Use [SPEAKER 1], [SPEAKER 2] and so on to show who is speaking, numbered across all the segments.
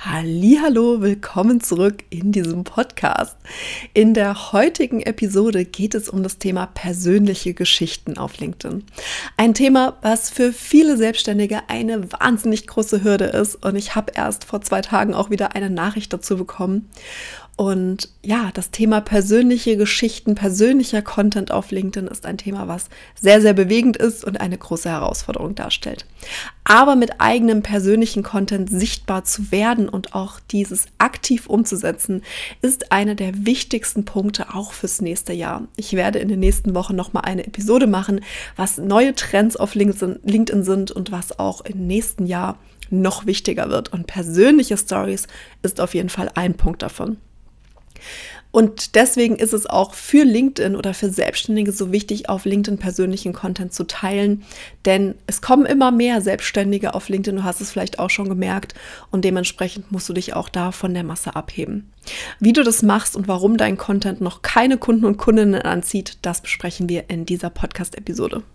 [SPEAKER 1] Hallihallo, willkommen zurück in diesem Podcast. In der heutigen Episode geht es um das Thema persönliche Geschichten auf LinkedIn. Ein Thema, was für viele Selbstständige eine wahnsinnig große Hürde ist. Und ich habe erst vor 2 Tagen auch wieder eine Nachricht dazu bekommen. Und ja, das Thema persönliche Geschichten, persönlicher Content auf LinkedIn ist ein Thema, was sehr, sehr bewegend ist und eine große Herausforderung darstellt. Aber mit eigenem persönlichen Content sichtbar zu werden und auch dieses aktiv umzusetzen, ist einer der wichtigsten Punkte auch fürs nächste Jahr. Ich werde in den nächsten Wochen nochmal eine Episode machen, was neue Trends auf LinkedIn sind und was auch im nächsten Jahr noch wichtiger wird. Und persönliche Stories ist auf jeden Fall ein Punkt davon. Und deswegen ist es auch für LinkedIn oder für Selbstständige so wichtig, auf LinkedIn persönlichen Content zu teilen, denn es kommen immer mehr Selbstständige auf LinkedIn, du hast es vielleicht auch schon gemerkt, und dementsprechend musst du dich auch da von der Masse abheben. Wie du das machst und warum dein Content noch keine Kunden und Kundinnen anzieht, das besprechen wir in dieser Podcast-Episode.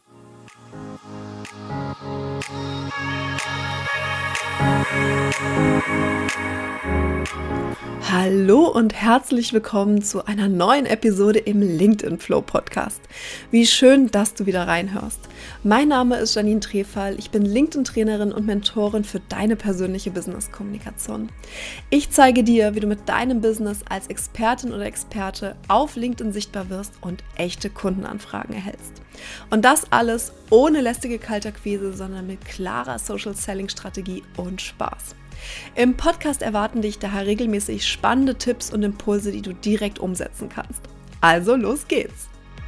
[SPEAKER 1] Hallo und herzlich willkommen zu einer neuen Episode im LinkedIn Flow Podcast. Wie schön, dass du wieder reinhörst. Mein Name ist Janine Trefall, ich bin LinkedIn-Trainerin und Mentorin für deine persönliche Business-Kommunikation. Ich zeige dir, wie du mit deinem Business als Expertin oder Experte auf LinkedIn sichtbar wirst und echte Kundenanfragen erhältst. Und das alles ohne lästige Kaltakquise, sondern mit klarer Social-Selling-Strategie und Spaß. Im Podcast erwarten dich daher regelmäßig spannende Tipps und Impulse, die du direkt umsetzen kannst. Also los geht's!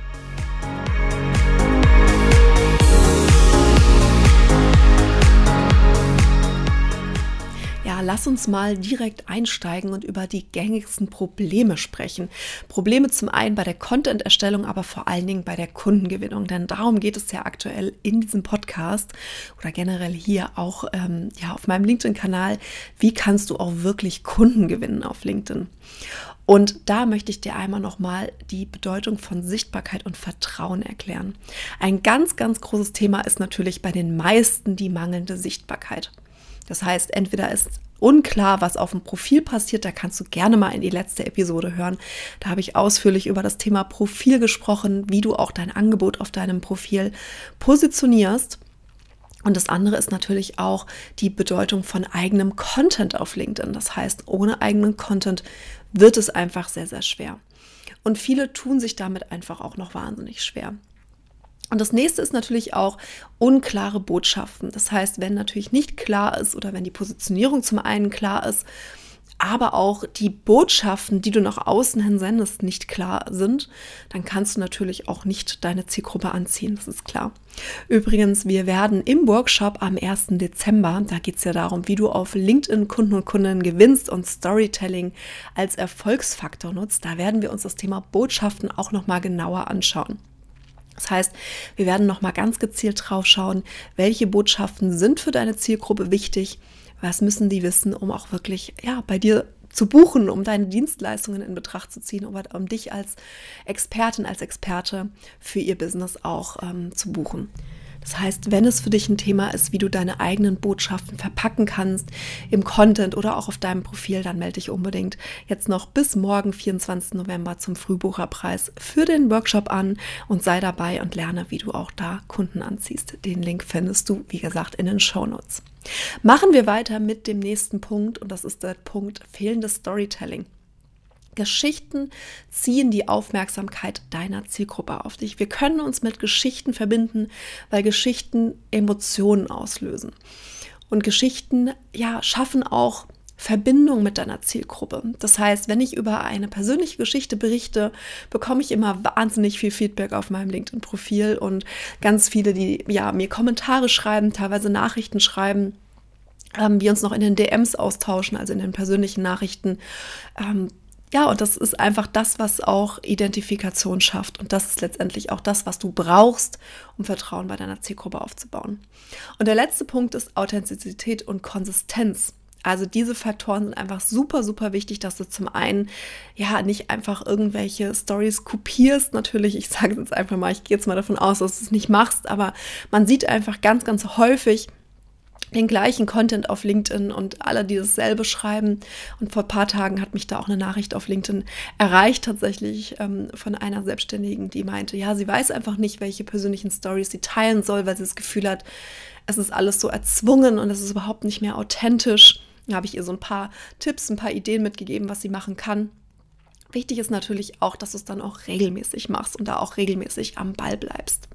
[SPEAKER 1] Ja, lass uns mal direkt einsteigen und über die gängigsten Probleme sprechen. Probleme zum einen bei der Content-Erstellung, aber vor allen Dingen bei der Kundengewinnung. Denn darum geht es ja aktuell in diesem Podcast oder generell hier auch auf meinem LinkedIn-Kanal. Wie kannst du auch wirklich Kunden gewinnen auf LinkedIn? Und da möchte ich dir einmal nochmal die Bedeutung von Sichtbarkeit und Vertrauen erklären. Ein ganz, ganz großes Thema ist natürlich bei den meisten die mangelnde Sichtbarkeit. Das heißt, entweder ist unklar, was auf dem Profil passiert, da kannst du gerne mal in die letzte Episode hören. Da habe ich ausführlich über das Thema Profil gesprochen, wie du auch dein Angebot auf deinem Profil positionierst. Und das andere ist natürlich auch die Bedeutung von eigenem Content auf LinkedIn. Das heißt, ohne eigenen Content wird es einfach sehr, sehr schwer. Und viele tun sich damit einfach auch noch wahnsinnig schwer. Und das nächste ist natürlich auch unklare Botschaften. Das heißt, wenn natürlich nicht klar ist oder wenn die Positionierung zum einen klar ist, aber auch die Botschaften, die du nach außen hin sendest, nicht klar sind, dann kannst du natürlich auch nicht deine Zielgruppe anziehen, das ist klar. Übrigens, wir werden im Workshop am 1. Dezember, da geht es ja darum, wie du auf LinkedIn Kunden und Kundinnen gewinnst und Storytelling als Erfolgsfaktor nutzt, da werden wir uns das Thema Botschaften auch nochmal genauer anschauen. Das heißt, wir werden nochmal ganz gezielt drauf schauen, welche Botschaften sind für deine Zielgruppe wichtig, was müssen die wissen, um auch wirklich bei dir zu buchen, um deine Dienstleistungen in Betracht zu ziehen, um dich als Expertin, als Experte für ihr Business auch zu buchen. Das heißt, wenn es für dich ein Thema ist, wie du deine eigenen Botschaften verpacken kannst im Content oder auch auf deinem Profil, dann melde dich unbedingt jetzt noch bis morgen, 24. November, zum Frühbucherpreis für den Workshop an und sei dabei und lerne, wie du auch da Kunden anziehst. Den Link findest du, wie gesagt, in den Shownotes. Machen wir weiter mit dem nächsten Punkt und das ist der Punkt fehlendes Storytelling. Geschichten ziehen die Aufmerksamkeit deiner Zielgruppe auf dich. Wir können uns mit Geschichten verbinden, weil Geschichten Emotionen auslösen. Und Geschichten schaffen auch Verbindung mit deiner Zielgruppe. Das heißt, wenn ich über eine persönliche Geschichte berichte, bekomme ich immer wahnsinnig viel Feedback auf meinem LinkedIn-Profil und ganz viele, die mir Kommentare schreiben, teilweise Nachrichten schreiben, wir uns noch in den DMs austauschen, also in den persönlichen Nachrichten. Und das ist einfach das, was auch Identifikation schafft. Und das ist letztendlich auch das, was du brauchst, um Vertrauen bei deiner Zielgruppe aufzubauen. Und der letzte Punkt ist Authentizität und Konsistenz. Also diese Faktoren sind einfach super, super wichtig, dass du zum einen nicht einfach irgendwelche Stories kopierst. Natürlich, ich sage es jetzt einfach mal, ich gehe jetzt mal davon aus, dass du es nicht machst, aber man sieht einfach ganz, ganz häufig, den gleichen Content auf LinkedIn und alle, die dasselbe schreiben. Und vor ein paar Tagen hat mich da auch eine Nachricht auf LinkedIn erreicht, tatsächlich von einer Selbstständigen, die meinte, ja, sie weiß einfach nicht, welche persönlichen Stories sie teilen soll, weil sie das Gefühl hat, es ist alles so erzwungen und es ist überhaupt nicht mehr authentisch. Da habe ich ihr so ein paar Tipps, ein paar Ideen mitgegeben, was sie machen kann. Wichtig ist natürlich auch, dass du es dann auch regelmäßig machst und da auch regelmäßig am Ball bleibst.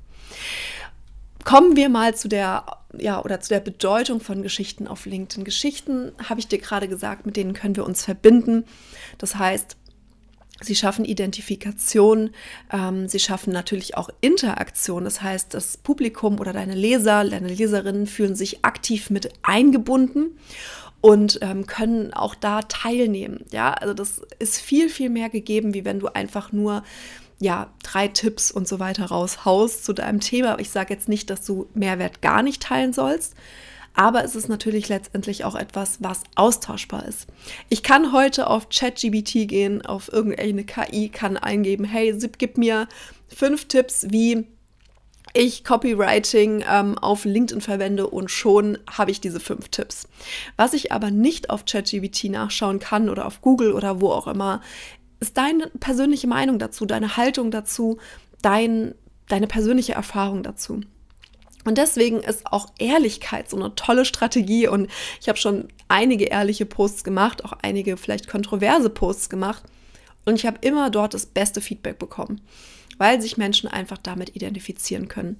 [SPEAKER 1] Kommen wir mal zu der Bedeutung von Geschichten auf LinkedIn. Geschichten, habe ich dir gerade gesagt, mit denen können wir uns verbinden. Das heißt, sie schaffen Identifikation, sie schaffen natürlich auch Interaktion. Das heißt, das Publikum oder deine Leser, deine Leserinnen fühlen sich aktiv mit eingebunden und können auch da teilnehmen. Ja, also das ist viel, viel mehr gegeben, wie wenn du einfach nur 3 Tipps und so weiter raushaust zu deinem Thema. Ich sage jetzt nicht, dass du Mehrwert gar nicht teilen sollst, aber es ist natürlich letztendlich auch etwas, was austauschbar ist. Ich kann heute auf ChatGPT gehen, auf irgendeine KI, kann eingeben, hey, gib mir 5 Tipps, wie ich Copywriting auf LinkedIn verwende und schon habe ich diese 5 Tipps. Was ich aber nicht auf ChatGPT nachschauen kann oder auf Google oder wo auch immer, ist deine persönliche Meinung dazu, deine Haltung dazu, deine persönliche Erfahrung dazu. Und deswegen ist auch Ehrlichkeit so eine tolle Strategie und ich habe schon einige ehrliche Posts gemacht, auch einige vielleicht kontroverse Posts gemacht und ich habe immer dort das beste Feedback bekommen, weil sich Menschen einfach damit identifizieren können.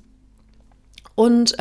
[SPEAKER 1] Und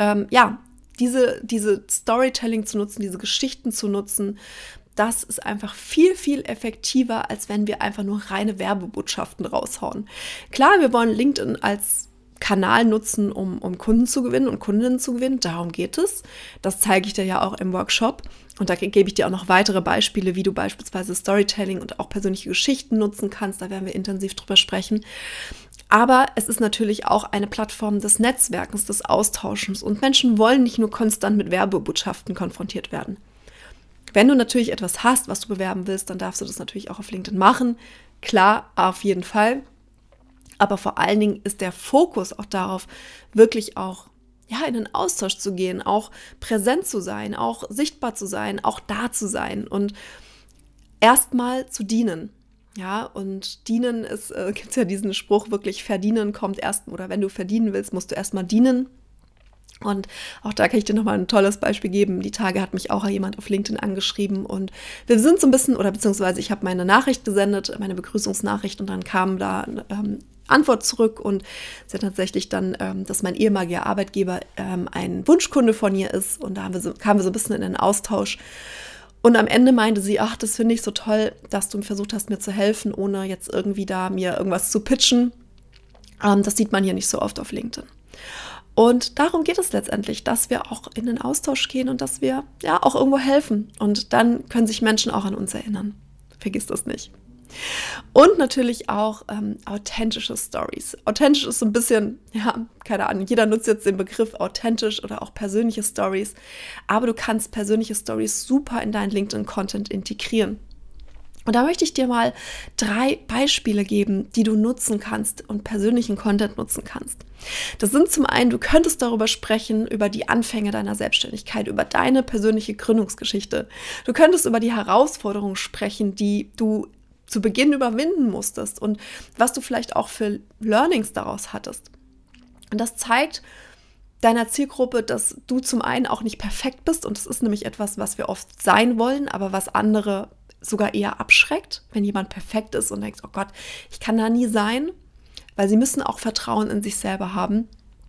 [SPEAKER 1] diese Storytelling zu nutzen, diese Geschichten zu nutzen, das ist einfach viel, viel effektiver, als wenn wir einfach nur reine Werbebotschaften raushauen. Klar, wir wollen LinkedIn als Kanal nutzen, um Kunden zu gewinnen und Kundinnen zu gewinnen. Darum geht es. Das zeige ich dir ja auch im Workshop. Und da gebe ich dir auch noch weitere Beispiele, wie du beispielsweise Storytelling und auch persönliche Geschichten nutzen kannst. Da werden wir intensiv drüber sprechen. Aber es ist natürlich auch eine Plattform des Netzwerkens, des Austauschens. Und Menschen wollen nicht nur konstant mit Werbebotschaften konfrontiert werden. Wenn du natürlich etwas hast, was du bewerben willst, dann darfst du das natürlich auch auf LinkedIn machen. Klar, auf jeden Fall. Aber vor allen Dingen ist der Fokus auch darauf, wirklich auch in den Austausch zu gehen, auch präsent zu sein, auch sichtbar zu sein, auch da zu sein und erstmal zu dienen. Ja, und dienen ist, gibt es ja diesen Spruch, wirklich verdienen kommt erst, oder wenn du verdienen willst, musst du erstmal dienen. Und auch da kann ich dir nochmal ein tolles Beispiel geben. Die Tage hat mich auch jemand auf LinkedIn angeschrieben und wir sind so ein bisschen, oder beziehungsweise ich habe meine Nachricht gesendet, meine Begrüßungsnachricht und dann kam da eine Antwort zurück und sie hat tatsächlich dann, dass mein ehemaliger Arbeitgeber ein Wunschkunde von ihr ist und da kamen wir so ein bisschen in den Austausch. Und am Ende meinte sie, ach, das finde ich so toll, dass du versucht hast, mir zu helfen, ohne jetzt irgendwie da mir irgendwas zu pitchen. Das sieht man hier nicht so oft auf LinkedIn. Und darum geht es letztendlich, dass wir auch in den Austausch gehen und dass wir auch irgendwo helfen. Und dann können sich Menschen auch an uns erinnern. Vergiss das nicht. Und natürlich auch authentische Stories. Authentisch ist so ein bisschen, keine Ahnung, jeder nutzt jetzt den Begriff authentisch oder auch persönliche Stories. Aber du kannst persönliche Stories super in deinen LinkedIn-Content integrieren. Und da möchte ich dir mal 3 Beispiele geben, die du nutzen kannst und persönlichen Content nutzen kannst. Das sind zum einen, du könntest darüber sprechen, über die Anfänge deiner Selbstständigkeit, über deine persönliche Gründungsgeschichte. Du könntest über die Herausforderungen sprechen, die du zu Beginn überwinden musstest und was du vielleicht auch für Learnings daraus hattest. Und das zeigt deiner Zielgruppe, dass du zum einen auch nicht perfekt bist und das ist nämlich etwas, was wir oft sein wollen, aber was andere sogar eher abschreckt, wenn jemand perfekt ist und denkt, oh Gott, ich kann da nie sein, weil sie müssen auch Vertrauen in sich selber haben.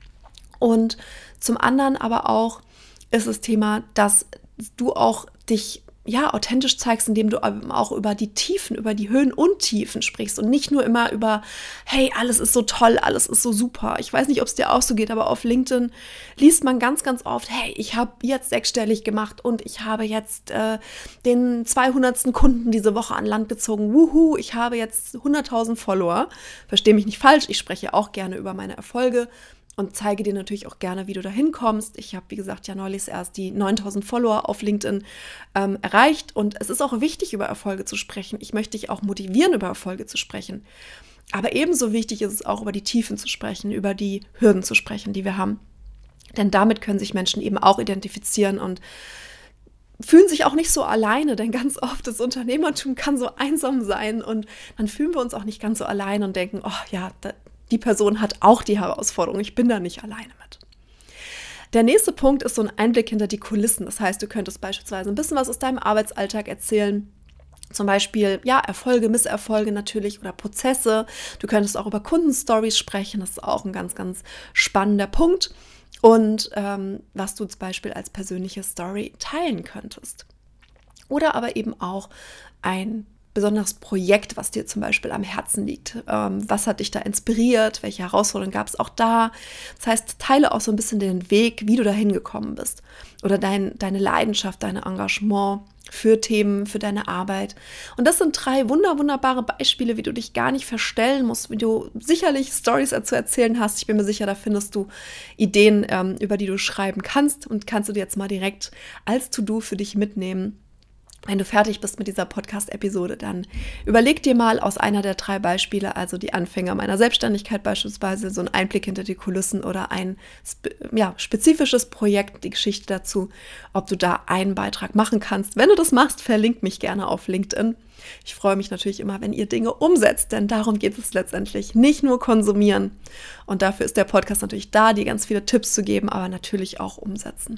[SPEAKER 1] Und zum anderen aber auch ist das Thema, dass du auch dich authentisch zeigst, indem du auch über die Tiefen, über die Höhen und Tiefen sprichst und nicht nur immer über, hey, alles ist so toll, alles ist so super. Ich weiß nicht, ob es dir auch so geht, aber auf LinkedIn liest man ganz, ganz oft, hey, ich habe jetzt 6-stellig gemacht und ich habe jetzt den 200. Kunden diese Woche an Land gezogen. Wuhu, ich habe jetzt 100.000 Follower. Versteh mich nicht falsch, ich spreche auch gerne über meine Erfolge und zeige dir natürlich auch gerne, wie du da hinkommst. Ich habe, wie gesagt, neulich erst die 9.000 Follower auf LinkedIn erreicht. Und es ist auch wichtig, über Erfolge zu sprechen. Ich möchte dich auch motivieren, über Erfolge zu sprechen. Aber ebenso wichtig ist es auch, über die Tiefen zu sprechen, über die Hürden zu sprechen, die wir haben. Denn damit können sich Menschen eben auch identifizieren und fühlen sich auch nicht so alleine, denn ganz oft das Unternehmertum kann so einsam sein und dann fühlen wir uns auch nicht ganz so allein und denken, oh ja, die Person hat auch die Herausforderung, ich bin da nicht alleine mit. Der nächste Punkt ist so ein Einblick hinter die Kulissen. Das heißt, du könntest beispielsweise ein bisschen was aus deinem Arbeitsalltag erzählen. Zum Beispiel, ja, Erfolge, Misserfolge natürlich oder Prozesse. Du könntest auch über Kundenstories sprechen. Das ist auch ein ganz, ganz spannender Punkt. Und was du zum Beispiel als persönliche Story teilen könntest. Oder aber eben auch ein besonderes Projekt, was dir zum Beispiel am Herzen liegt. Was hat dich da inspiriert? Welche Herausforderungen gab es auch da? Das heißt, teile auch so ein bisschen den Weg, wie du da hingekommen bist. Oder deine Leidenschaft, dein Engagement für Themen, für deine Arbeit. Und das sind 3 wunderbare Beispiele, wie du dich gar nicht verstellen musst, wie du sicherlich Storys zu erzählen hast. Ich bin mir sicher, da findest du Ideen, über die du schreiben kannst und kannst du dir jetzt mal direkt als To-Do für dich mitnehmen. Wenn du fertig bist mit dieser Podcast-Episode, dann überleg dir mal aus einer der 3 Beispiele, also die Anfänge meiner Selbstständigkeit beispielsweise, so ein Einblick hinter die Kulissen oder ein spezifisches Projekt, die Geschichte dazu, ob du da einen Beitrag machen kannst. Wenn du das machst, verlink mich gerne auf LinkedIn. Ich freue mich natürlich immer, wenn ihr Dinge umsetzt, denn darum geht es letztendlich. Nicht nur konsumieren. Und dafür ist der Podcast natürlich da, dir ganz viele Tipps zu geben, aber natürlich auch umsetzen.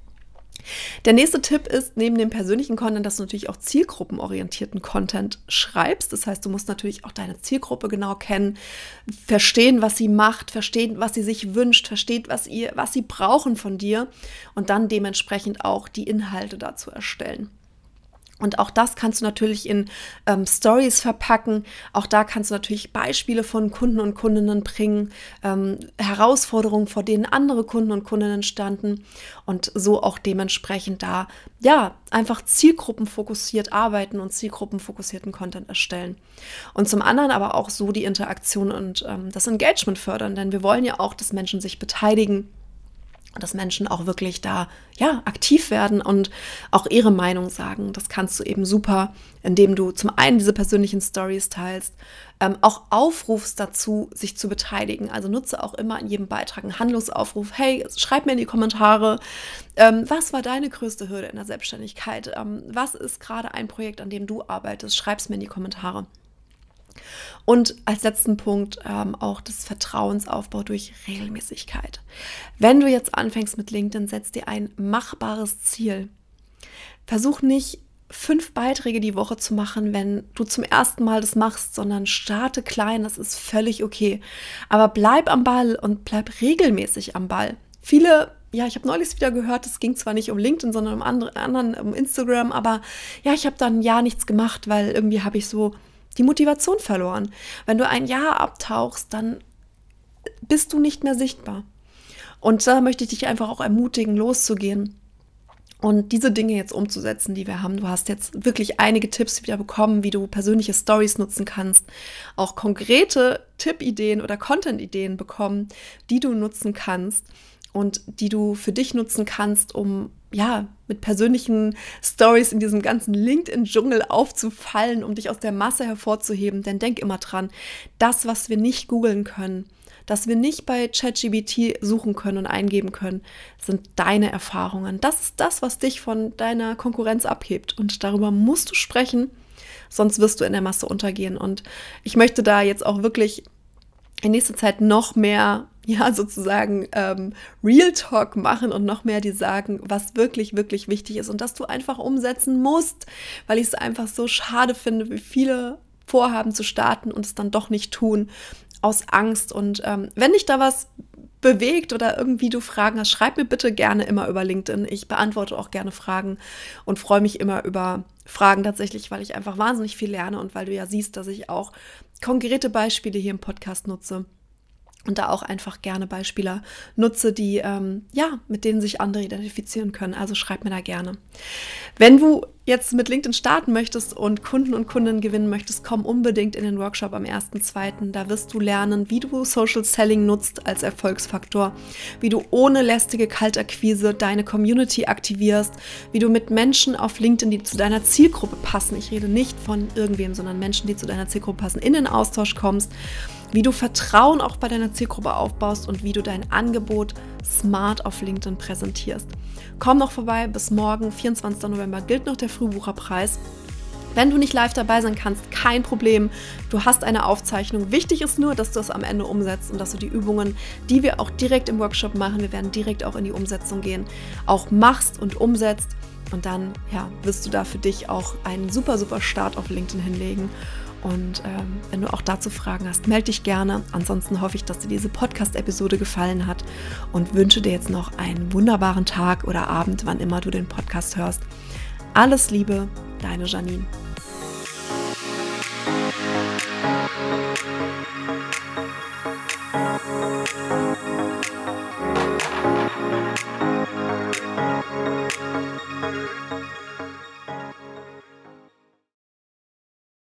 [SPEAKER 1] Der nächste Tipp ist, neben dem persönlichen Content, dass du natürlich auch zielgruppenorientierten Content schreibst. Das heißt, du musst natürlich auch deine Zielgruppe genau kennen, verstehen, was sie macht, verstehen, was sie sich wünscht, verstehen, was sie brauchen von dir und dann dementsprechend auch die Inhalte dazu erstellen. Und auch das kannst du natürlich in Stories verpacken. Auch da kannst du natürlich Beispiele von Kunden und Kundinnen bringen, Herausforderungen, vor denen andere Kunden und Kundinnen standen und so auch dementsprechend da, ja, einfach zielgruppenfokussiert arbeiten und zielgruppenfokussierten Content erstellen. Und zum anderen aber auch so die Interaktion und das Engagement fördern, denn wir wollen ja auch, dass Menschen sich beteiligen, dass Menschen auch wirklich da, ja, aktiv werden und auch ihre Meinung sagen. Das kannst du eben super, indem du zum einen diese persönlichen Stories teilst, auch aufrufst dazu, sich zu beteiligen. Also nutze auch immer in jedem Beitrag einen Handlungsaufruf. Hey, schreib mir in die Kommentare, was war deine größte Hürde in der Selbstständigkeit? Was ist gerade ein Projekt, an dem du arbeitest? Schreib es mir in die Kommentare. Und als letzten Punkt auch das Vertrauensaufbau durch Regelmäßigkeit. Wenn du jetzt anfängst mit LinkedIn, setz dir ein machbares Ziel. Versuch nicht 5 Beiträge die Woche zu machen, wenn du zum ersten Mal das machst, sondern starte klein, das ist völlig okay. Aber bleib am Ball und bleib regelmäßig am Ball. Viele, ja, ich habe neulich wieder gehört, es ging zwar nicht um LinkedIn, sondern um Instagram, aber ja, ich habe dann ein Jahr nichts gemacht, weil irgendwie habe ich so die Motivation verloren. Wenn du ein Jahr abtauchst, dann bist du nicht mehr sichtbar. Und da möchte ich dich einfach auch ermutigen, loszugehen und diese Dinge jetzt umzusetzen, die wir haben. Du hast jetzt wirklich einige Tipps wieder bekommen, wie du persönliche Stories nutzen kannst, auch konkrete Tippideen oder Content-Ideen bekommen, die du nutzen kannst und die du für dich nutzen kannst, um ja, mit persönlichen Stories in diesem ganzen LinkedIn-Dschungel aufzufallen, um dich aus der Masse hervorzuheben. Denn denk immer dran, das, was wir nicht googeln können, das wir nicht bei ChatGPT suchen können und eingeben können, sind deine Erfahrungen. Das ist das, was dich von deiner Konkurrenz abhebt. Und darüber musst du sprechen, sonst wirst du in der Masse untergehen. Und ich möchte da jetzt auch wirklich in nächster Zeit noch mehr, ja, sozusagen Real Talk machen und noch mehr dir sagen, was wirklich, wirklich wichtig ist und dass du einfach umsetzen musst, weil ich es einfach so schade finde, wie viele vorhaben zu starten und es dann doch nicht tun, aus Angst. Und wenn dich da was bewegt oder irgendwie du Fragen hast, schreib mir bitte gerne immer über LinkedIn. Ich beantworte auch gerne Fragen und freue mich immer über Fragen tatsächlich, weil ich einfach wahnsinnig viel lerne und weil du ja siehst, dass ich auch konkrete Beispiele hier im Podcast nutze und da auch einfach gerne Beispiele nutze, die mit denen sich andere identifizieren können. Also schreib mir da gerne. Wenn du jetzt mit LinkedIn starten möchtest und Kunden und Kundinnen gewinnen möchtest, komm unbedingt in den Workshop am 1.2. Da wirst du lernen, wie du Social Selling nutzt als Erfolgsfaktor, wie du ohne lästige Kaltakquise deine Community aktivierst, wie du mit Menschen auf LinkedIn, die zu deiner Zielgruppe passen, ich rede nicht von irgendwem, sondern Menschen, die zu deiner Zielgruppe passen, in den Austausch kommst wie du Vertrauen auch bei deiner Zielgruppe aufbaust und wie du dein Angebot smart auf LinkedIn präsentierst. Komm noch vorbei, bis morgen, 24. November gilt noch der Frühbucherpreis. Wenn du nicht live dabei sein kannst, kein Problem. Du hast eine Aufzeichnung. Wichtig ist nur, dass du es am Ende umsetzt und dass du die Übungen, die wir auch direkt im Workshop machen, wir werden direkt auch in die Umsetzung gehen, auch machst und umsetzt. Und dann wirst du da für dich auch einen super, super Start auf LinkedIn hinlegen. Und wenn du auch dazu Fragen hast, melde dich gerne. Ansonsten hoffe ich, dass dir diese Podcast-Episode gefallen hat und wünsche dir jetzt noch einen wunderbaren Tag oder Abend, wann immer du den Podcast hörst. Alles Liebe, deine Janine.